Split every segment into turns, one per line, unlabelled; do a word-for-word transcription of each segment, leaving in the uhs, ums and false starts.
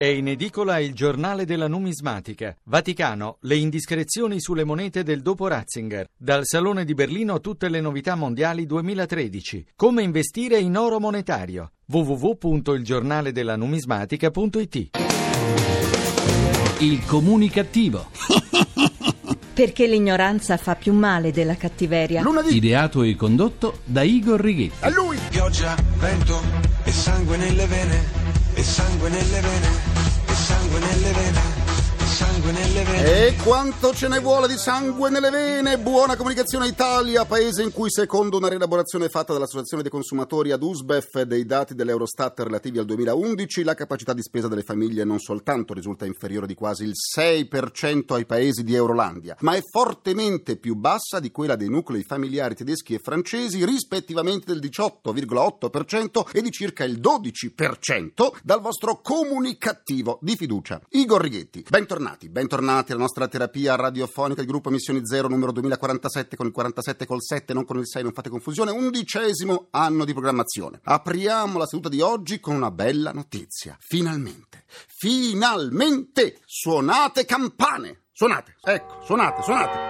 È in edicola il Giornale della Numismatica. Vaticano, le indiscrezioni sulle monete del dopo Ratzinger. Dal Salone di Berlino tutte le novità mondiali duemilatredici. Come investire in oro monetario. w w w punto il giornale della numismatica punto i t.
Il comunicativo.
Perché l'ignoranza fa più male della cattiveria.
Lunedì. Ideato e condotto da Igor Righetti.
A lui! Pioggia, vento e sangue nelle vene, e sangue nelle vene, e sangue nelle vene. Sangue nelle vene.
E quanto ce ne vuole di sangue nelle vene? Buona Comunicazione Italia, paese in cui, secondo una rielaborazione fatta dall'Associazione dei Consumatori ad U S B E F dei dati dell'Eurostat relativi al duemilaundici, la capacità di spesa delle famiglie non soltanto risulta inferiore di quasi il sei per cento ai paesi di Eurolandia, ma è fortemente più bassa di quella dei nuclei familiari tedeschi e francesi, rispettivamente del diciotto virgola otto per cento e di circa il dodici per cento dal vostro comunicativo di fiducia. Igor Righetti, bentornato. Bentornati alla nostra terapia radiofonica del gruppo Missioni Zero numero duemilaquarantasette, con il quarantasette col sette, non con il sei, non fate confusione, undicesimo anno di programmazione. Apriamo la seduta di oggi con una bella notizia. Finalmente, finalmente suonate campane. Suonate, ecco, suonate, suonate.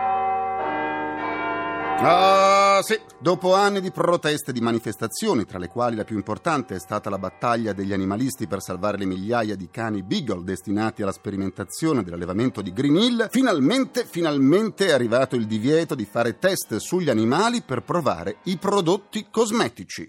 Ah sì, dopo anni di proteste e di manifestazioni, tra le quali la più importante è stata la battaglia degli animalisti per salvare le migliaia di cani Beagle destinati alla sperimentazione dell'allevamento di Green Hill, finalmente, finalmente è arrivato il divieto di fare test sugli animali per provare i prodotti cosmetici.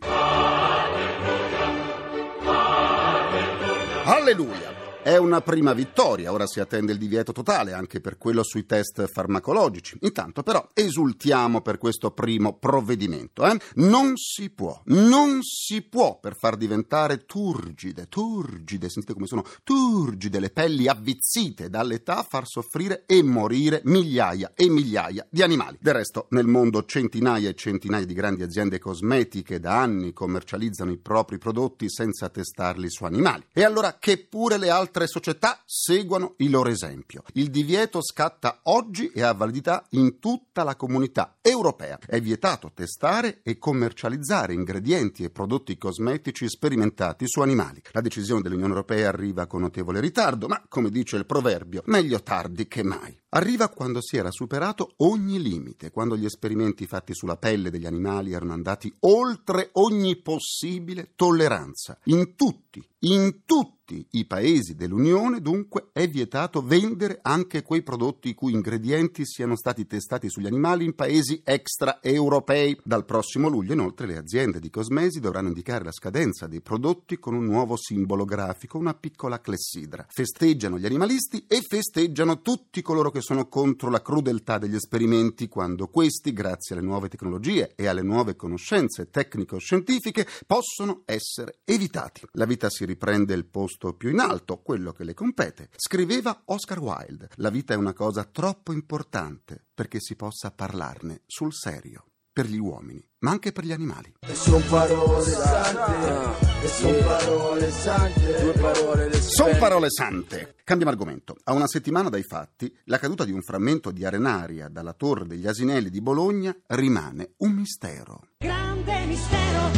Alleluia! È una prima vittoria, ora si attende il divieto totale anche per quello sui test farmacologici. Intanto però esultiamo per questo primo provvedimento. Eh? Non si può, non si può per far diventare turgide, turgide, sentite come sono turgide le pelli avvizzite dall'età, far soffrire e morire migliaia e migliaia di animali. Del resto nel mondo centinaia e centinaia di grandi aziende cosmetiche da anni commercializzano i propri prodotti senza testarli su animali. E allora che pure le altre società seguono il loro esempio. Il divieto scatta oggi e ha validità in tutta la comunità europea. È vietato testare e commercializzare ingredienti e prodotti cosmetici sperimentati su animali. La decisione dell'Unione Europea arriva con notevole ritardo, ma come dice il proverbio, meglio tardi che mai. Arriva quando si era superato ogni limite, quando gli esperimenti fatti sulla pelle degli animali erano andati oltre ogni possibile tolleranza. In tutti, in tutti i paesi dell'Unione, dunque, è vietato vendere anche quei prodotti i cui ingredienti siano stati testati sugli animali in paesi extraeuropei. Dal prossimo luglio, inoltre, le aziende di cosmesi dovranno indicare la scadenza dei prodotti con un nuovo simbolo grafico, una piccola clessidra. Festeggiano gli animalisti e festeggiano tutti coloro che sono contro la crudeltà degli esperimenti, quando questi, grazie alle nuove tecnologie e alle nuove conoscenze tecnico-scientifiche, possono essere evitati. La vita si riprende il posto più in alto, quello che le compete. Scriveva Oscar Wilde: la vita è una cosa troppo importante perché si possa parlarne sul serio, per gli uomini, ma anche per gli animali.
E son parole sante, e son parole sante, due parole le
Son parole sante. Cambiamo argomento. A una settimana dai fatti, la caduta di un frammento di arenaria dalla Torre degli Asinelli di Bologna rimane un mistero.
Grande mistero,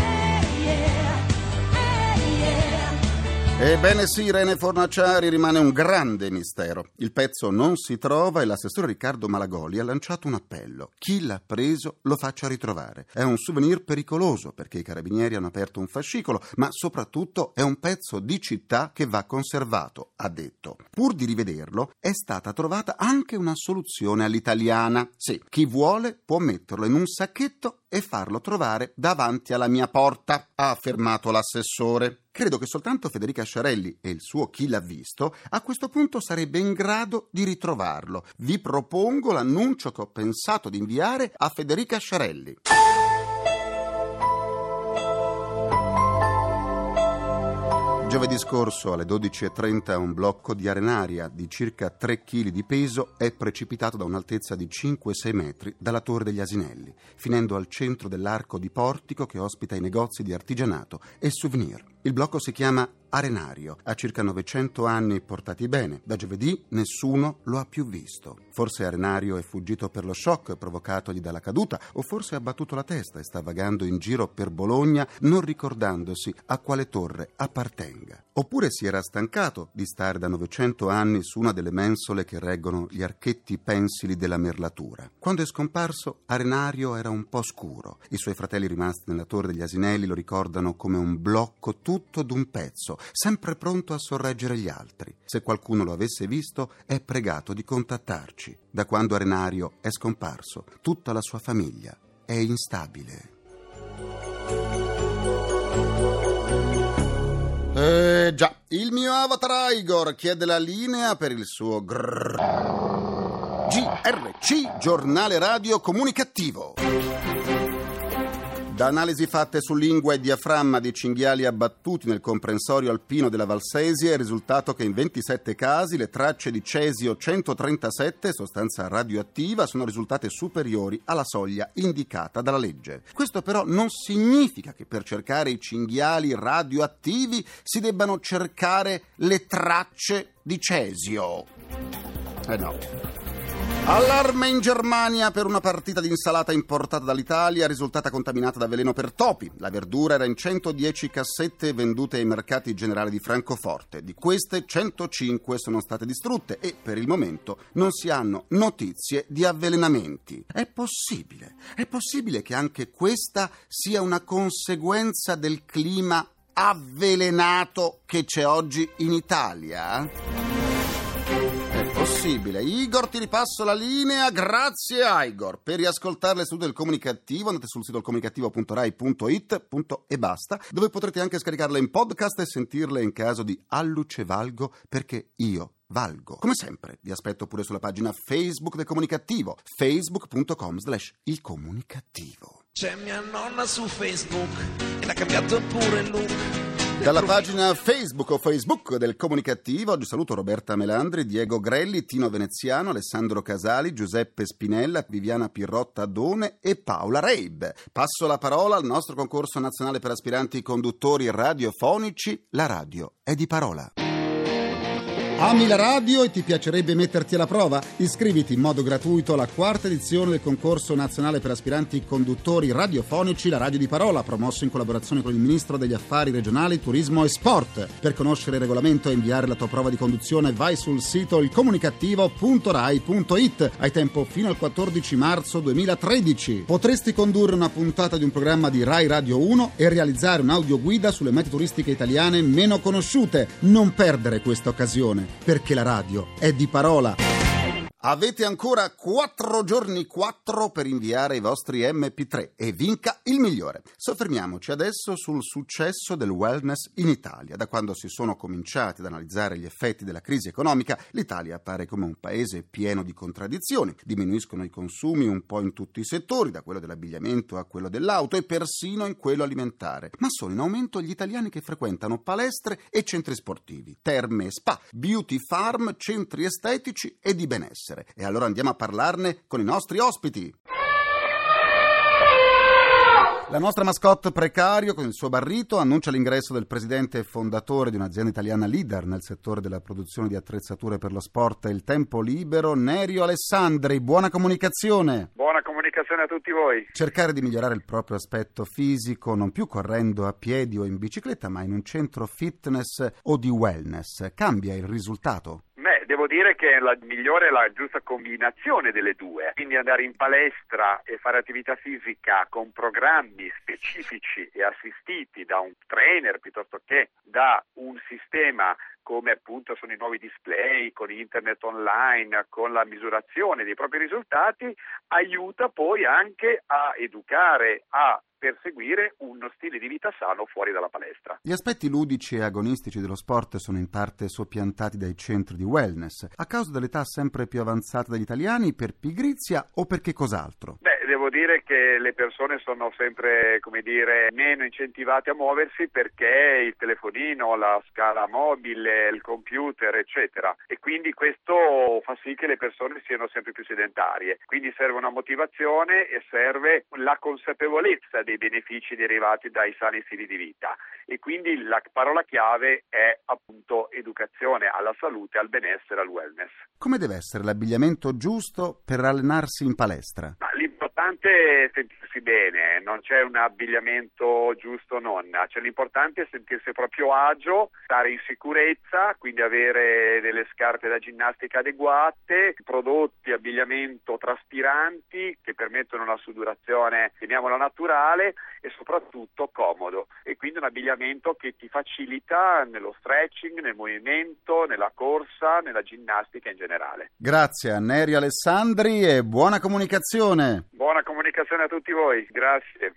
eh, yeah.
Ebbene sì, Irene Fornaciari, rimane un grande mistero. Il pezzo non si trova e l'assessore Riccardo Malagoli ha lanciato un appello. Chi l'ha preso lo faccia ritrovare. È un souvenir pericoloso perché i carabinieri hanno aperto un fascicolo, ma soprattutto è un pezzo di città che va conservato, ha detto. Pur di rivederlo è stata trovata anche una soluzione all'italiana. Sì, chi vuole può metterlo in un sacchetto e farlo trovare davanti alla mia porta, ha affermato l'assessore. Credo che soltanto Federica Sciarelli e il suo Chi l'ha visto a questo punto sarebbe in grado di ritrovarlo. Vi propongo l'annuncio che ho pensato di inviare a Federica Sciarelli. Giovedì scorso alle dodici e trenta un blocco di arenaria di circa tre chili di peso è precipitato da un'altezza di cinque sei metri dalla Torre degli Asinelli, finendo al centro dell'arco di portico che ospita i negozi di artigianato e souvenir. Il blocco si chiama Arenario. Ha circa novecento anni portati bene. Da giovedì nessuno lo ha più visto. Forse Arenario è fuggito per lo shock provocatogli dalla caduta, o forse ha battuto la testa e sta vagando in giro per Bologna non ricordandosi a quale torre appartenga. Oppure si era stancato di stare da novecento anni su una delle mensole che reggono gli archetti pensili della merlatura. Quando è scomparso, Arenario era un po' scuro. I suoi fratelli rimasti nella torre degli Asinelli lo ricordano come un blocco tutto d'un pezzo, sempre pronto a sorreggere gli altri. Se qualcuno lo avesse visto, è pregato di contattarci. Da quando Arenario è scomparso, tutta la sua famiglia è instabile. Eh già, il mio avatar Igor chiede la linea per il suo grrr. G R C, giornale radio comunicativo. Da analisi fatte su lingua e diaframma di cinghiali abbattuti nel comprensorio alpino della Valsesia è il risultato che in ventisette casi le tracce di cesio centotrentasette, sostanza radioattiva, sono risultate superiori alla soglia indicata dalla legge. Questo però non significa che per cercare i cinghiali radioattivi si debbano cercare le tracce di cesio. Eh no. Allarme in Germania per una partita di insalata importata dall'Italia risultata contaminata da veleno per topi. La verdura era in centodieci cassette vendute ai mercati generali di Francoforte. Di queste centocinque sono state distrutte e per il momento non si hanno notizie di avvelenamenti. È possibile, è possibile che anche questa sia una conseguenza del clima avvelenato che c'è oggi in Italia? Possibile. Igor, ti ripasso la linea. Grazie Igor. Per riascoltare le sedute del Comunicativo andate sul sito comunicativo punto rai punto it e basta, dove potrete anche scaricarle in podcast e sentirle in caso di alluce valgo, perché io valgo. Come sempre vi aspetto pure sulla pagina Facebook del Comunicativo, facebook punto com slash il comunicativo.
C'è mia nonna su Facebook e l'ha cambiato pure il look.
Dalla pagina Facebook o Facebook del Comunicativo oggi saluto Roberta Melandri, Diego Grelli, Tino Veneziano, Alessandro Casali, Giuseppe Spinella, Viviana Pirrotta Adone e Paola Reib. Passo la parola al nostro concorso nazionale per aspiranti conduttori radiofonici. La radio è di parola. Ami la radio e ti piacerebbe metterti alla prova? Iscriviti in modo gratuito alla quarta edizione del concorso nazionale per aspiranti conduttori radiofonici La Radio di Parola, promosso in collaborazione con il Ministro degli Affari Regionali, Turismo e Sport. Per conoscere il regolamento e inviare la tua prova di conduzione vai sul sito ilcomunicativo punto rai punto it. Hai tempo fino al quattordici marzo duemilatredici. Potresti condurre una puntata di un programma di Rai Radio uno e realizzare un'audioguida sulle mete turistiche italiane meno conosciute. Non perdere questa occasione, perché la radio è di parola. Avete ancora quattro giorni quattro per inviare i vostri emme pi tre e vinca il migliore. Soffermiamoci adesso sul successo del wellness in Italia. Da quando si sono cominciati ad analizzare gli effetti della crisi economica, l'Italia appare come un paese pieno di contraddizioni. Diminuiscono i consumi un po' in tutti i settori, da quello dell'abbigliamento a quello dell'auto e persino in quello alimentare. Ma sono in aumento gli italiani che frequentano palestre e centri sportivi, terme e spa, beauty farm, centri estetici e di benessere. E allora andiamo a parlarne con i nostri ospiti. La nostra mascotte Precario, con il suo barrito, annuncia l'ingresso del presidente e fondatore di un'azienda italiana leader nel settore della produzione di attrezzature per lo sport e il tempo libero, Nerio Alessandri. Buona comunicazione.
Buona comunicazione a tutti voi.
Cercare di migliorare il proprio aspetto fisico, non più correndo a piedi o in bicicletta, ma in un centro fitness o di wellness, cambia il risultato?
Beh, devo dire che la migliore è la giusta combinazione delle due, quindi andare in palestra e fare attività fisica con programmi specifici e assistiti da un trainer piuttosto che da un sistema come appunto sono i nuovi display, con internet online, con la misurazione dei propri risultati, aiuta poi anche a educare, a perseguire uno stile di vita sano fuori dalla palestra.
Gli aspetti ludici e agonistici dello sport sono in parte soppiantati dai centri di wellness, a causa dell'età sempre più avanzata degli italiani, per pigrizia o per che cos'altro?
Beh, devo dire che le persone sono sempre, come dire, meno incentivate a muoversi perché il telefonino, la scala mobile, il computer, eccetera. E quindi questo fa sì che le persone siano sempre più sedentarie. Quindi serve una motivazione e serve la consapevolezza dei benefici derivati dai sani stili di vita. E quindi la parola chiave è appunto educazione alla salute, al benessere, al wellness.
Come deve essere l'abbigliamento giusto per allenarsi in palestra?
Ma l'importante è sentirsi bene, non c'è un abbigliamento giusto o non, cioè l'importante è sentirsi proprio agio, stare in sicurezza, quindi avere delle scarpe da ginnastica adeguate, prodotti, abbigliamento traspiranti che permettono una sudorazione, chiamiamola naturale, e soprattutto comodo. E quindi un abbigliamento che ti facilita nello stretching, nel movimento, nella corsa, nella ginnastica in generale.
Grazie a Nerio Alessandri e buona comunicazione.
Buona comunicazione a tutti voi, grazie.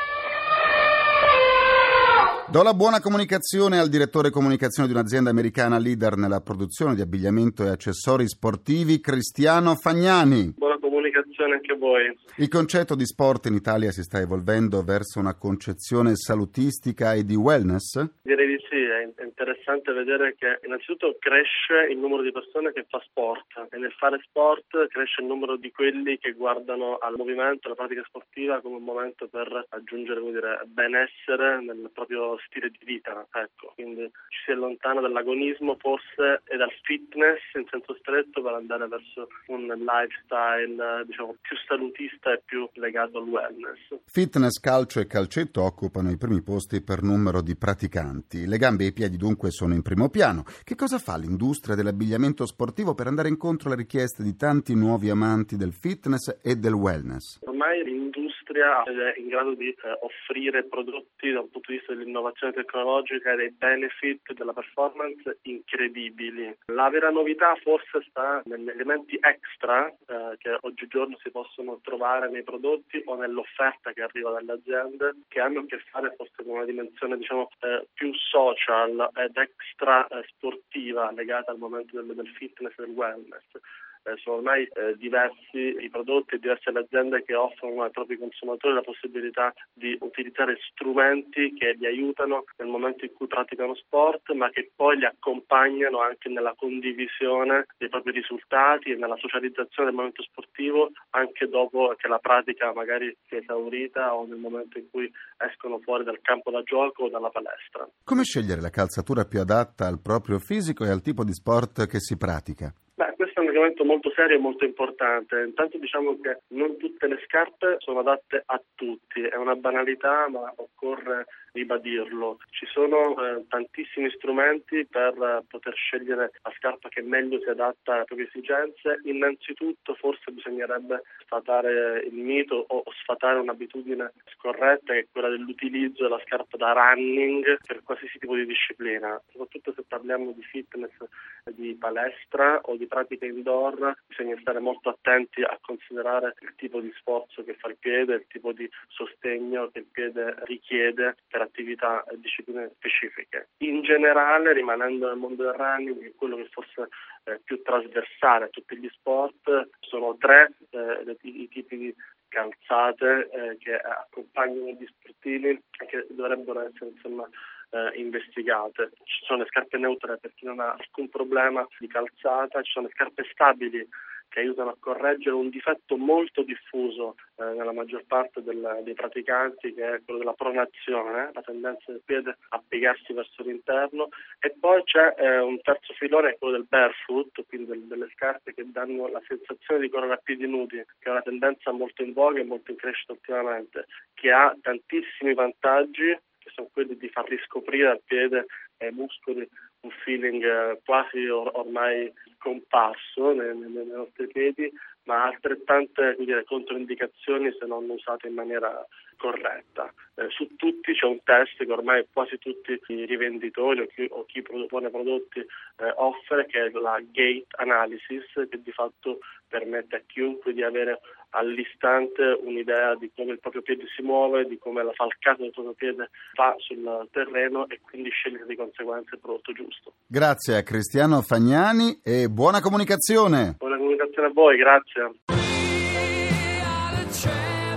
Do la buona comunicazione al direttore comunicazione di un'azienda americana leader nella produzione di abbigliamento e accessori sportivi, Cristiano Fagnani.
Buona comunicazione anche a voi.
Il concetto di sport in Italia si sta evolvendo verso una concezione salutistica e di wellness?
Direi di sì, è interessante vedere che innanzitutto cresce il numero di persone che fa sport e nel fare sport cresce il numero di quelli che guardano al movimento, alla pratica sportiva come un momento per aggiungere, come dire, benessere nel proprio stile di vita, ecco, quindi ci si allontana dall'agonismo forse e dal fitness in senso stretto per andare verso un lifestyle, diciamo, più salutista e più legato al wellness.
Fitness, calcio e calcetto occupano i primi posti per numero di praticanti. Le gambe e i piedi dunque sono in primo piano. Che cosa fa l'industria dell'abbigliamento sportivo per andare incontro alle richieste di tanti nuovi amanti del fitness e del wellness?
Ormai l'industria è in grado di eh, offrire prodotti da un punto di vista dell'innovazione tecnologica e dei benefit della performance incredibili. La vera novità forse sta negli elementi extra eh, che oggigiorno si possono trovare nei prodotti o nell'offerta che arriva dalle aziende, che hanno a che fare forse con una dimensione, diciamo, eh, più social ed extra eh, sportiva legata al momento del, del fitness e del wellness. Eh, sono ormai eh, diversi i prodotti e diverse le aziende che offrono ai propri consumatori la possibilità di utilizzare strumenti che li aiutano nel momento in cui praticano sport, ma che poi li accompagnano anche nella condivisione dei propri risultati e nella socializzazione del momento sportivo anche dopo che la pratica magari si è esaurita o nel momento in cui escono fuori dal campo da gioco o dalla palestra.
Come scegliere la calzatura più adatta al proprio fisico e al tipo di sport che si pratica?
Beh, questo è un argomento molto serio e molto importante. Intanto diciamo che non tutte le scarpe sono adatte a tutti, è una banalità ma occorre ribadirlo. Ci sono eh, tantissimi strumenti per eh, poter scegliere la scarpa che meglio si adatta alle proprie esigenze. Innanzitutto forse bisognerebbe sfatare il mito o, o sfatare un'abitudine scorretta che è quella dell'utilizzo della scarpa da running per qualsiasi tipo di disciplina, soprattutto se parliamo di fitness, di palestra o di pratica indoor. Bisogna stare molto attenti a considerare il tipo di sforzo che fa il piede, il tipo di sostegno che il piede richiede per attività e discipline specifiche. In generale, rimanendo nel mondo del running, quello che forse è più trasversale a tutti gli sport, sono tre eh, i, i tipi di calzate eh, che accompagnano gli sportivi e che dovrebbero essere insomma Eh, investigate. Ci sono le scarpe neutre per chi non ha alcun problema di calzata, ci sono le scarpe stabili che aiutano a correggere un difetto molto diffuso eh, nella maggior parte del, dei praticanti, che è quello della pronazione, la tendenza del piede a piegarsi verso l'interno, e poi c'è eh, un terzo filone, quello del barefoot, quindi del, delle scarpe che danno la sensazione di correre a piedi nudi, che è una tendenza molto in voga e molto in crescita ultimamente, che ha tantissimi vantaggi, che sono quelli di far riscoprire al piede e ai muscoli un feeling eh, quasi or- ormai scomparso nei, nei, nei nostri piedi, ma altrettante, quindi, le controindicazioni se non usate in maniera corretta. Eh, su tutti c'è un test che ormai quasi tutti i rivenditori o chi, o chi propone prodotti eh, offre, che è la gait analysis, che di fatto permette a chiunque di avere all'istante un'idea di come il proprio piede si muove, di come la falcata del proprio piede va sul terreno e quindi scegliere di conseguenza il prodotto giusto.
Grazie a Cristiano Fagnani e buona comunicazione.
Buona comunicazione a voi, grazie.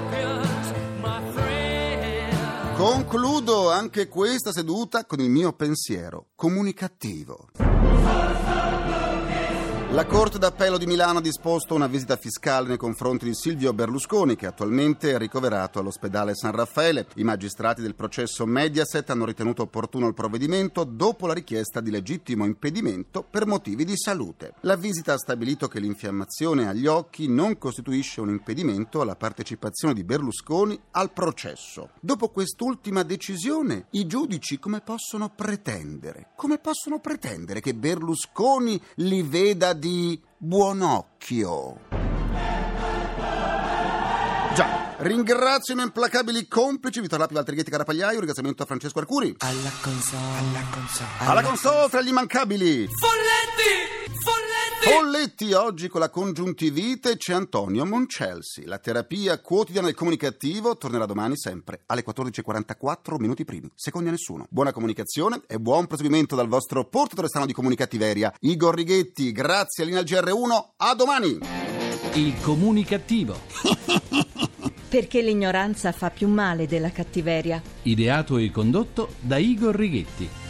Concludo anche questa seduta con il mio pensiero comunicativo. La Corte d'Appello di Milano ha disposto una visita fiscale nei confronti di Silvio Berlusconi, che attualmente è ricoverato all'ospedale San Raffaele. I magistrati del processo Mediaset hanno ritenuto opportuno il provvedimento dopo la richiesta di legittimo impedimento per motivi di salute. La visita ha stabilito che l'infiammazione agli occhi non costituisce un impedimento alla partecipazione di Berlusconi al processo. Dopo quest'ultima decisione, i giudici come possono pretendere? Come possono pretendere che Berlusconi li veda di di buon occhio? Già, ringrazio i miei implacabili complici Vittorio Lapi, Walter Righetti, Carapagliaio. Un ringraziamento a Francesco Arcuri
alla console, alla console,
alla console tra gli immancabili
Folletti, Folletti
Folletti. Oggi con la congiuntivite c'è Antonio Moncelsi. La terapia quotidiana del comunicativo tornerà domani sempre alle quattordici e quarantaquattro minuti primi, secondi a nessuno. Buona comunicazione e buon proseguimento dal vostro portatore strano di comunicattiveria Igor Righetti. Grazie all'I N A L G R uno, a domani.
Il comunicativo.
Perché l'ignoranza fa più male della cattiveria.
Ideato e condotto da Igor Righetti.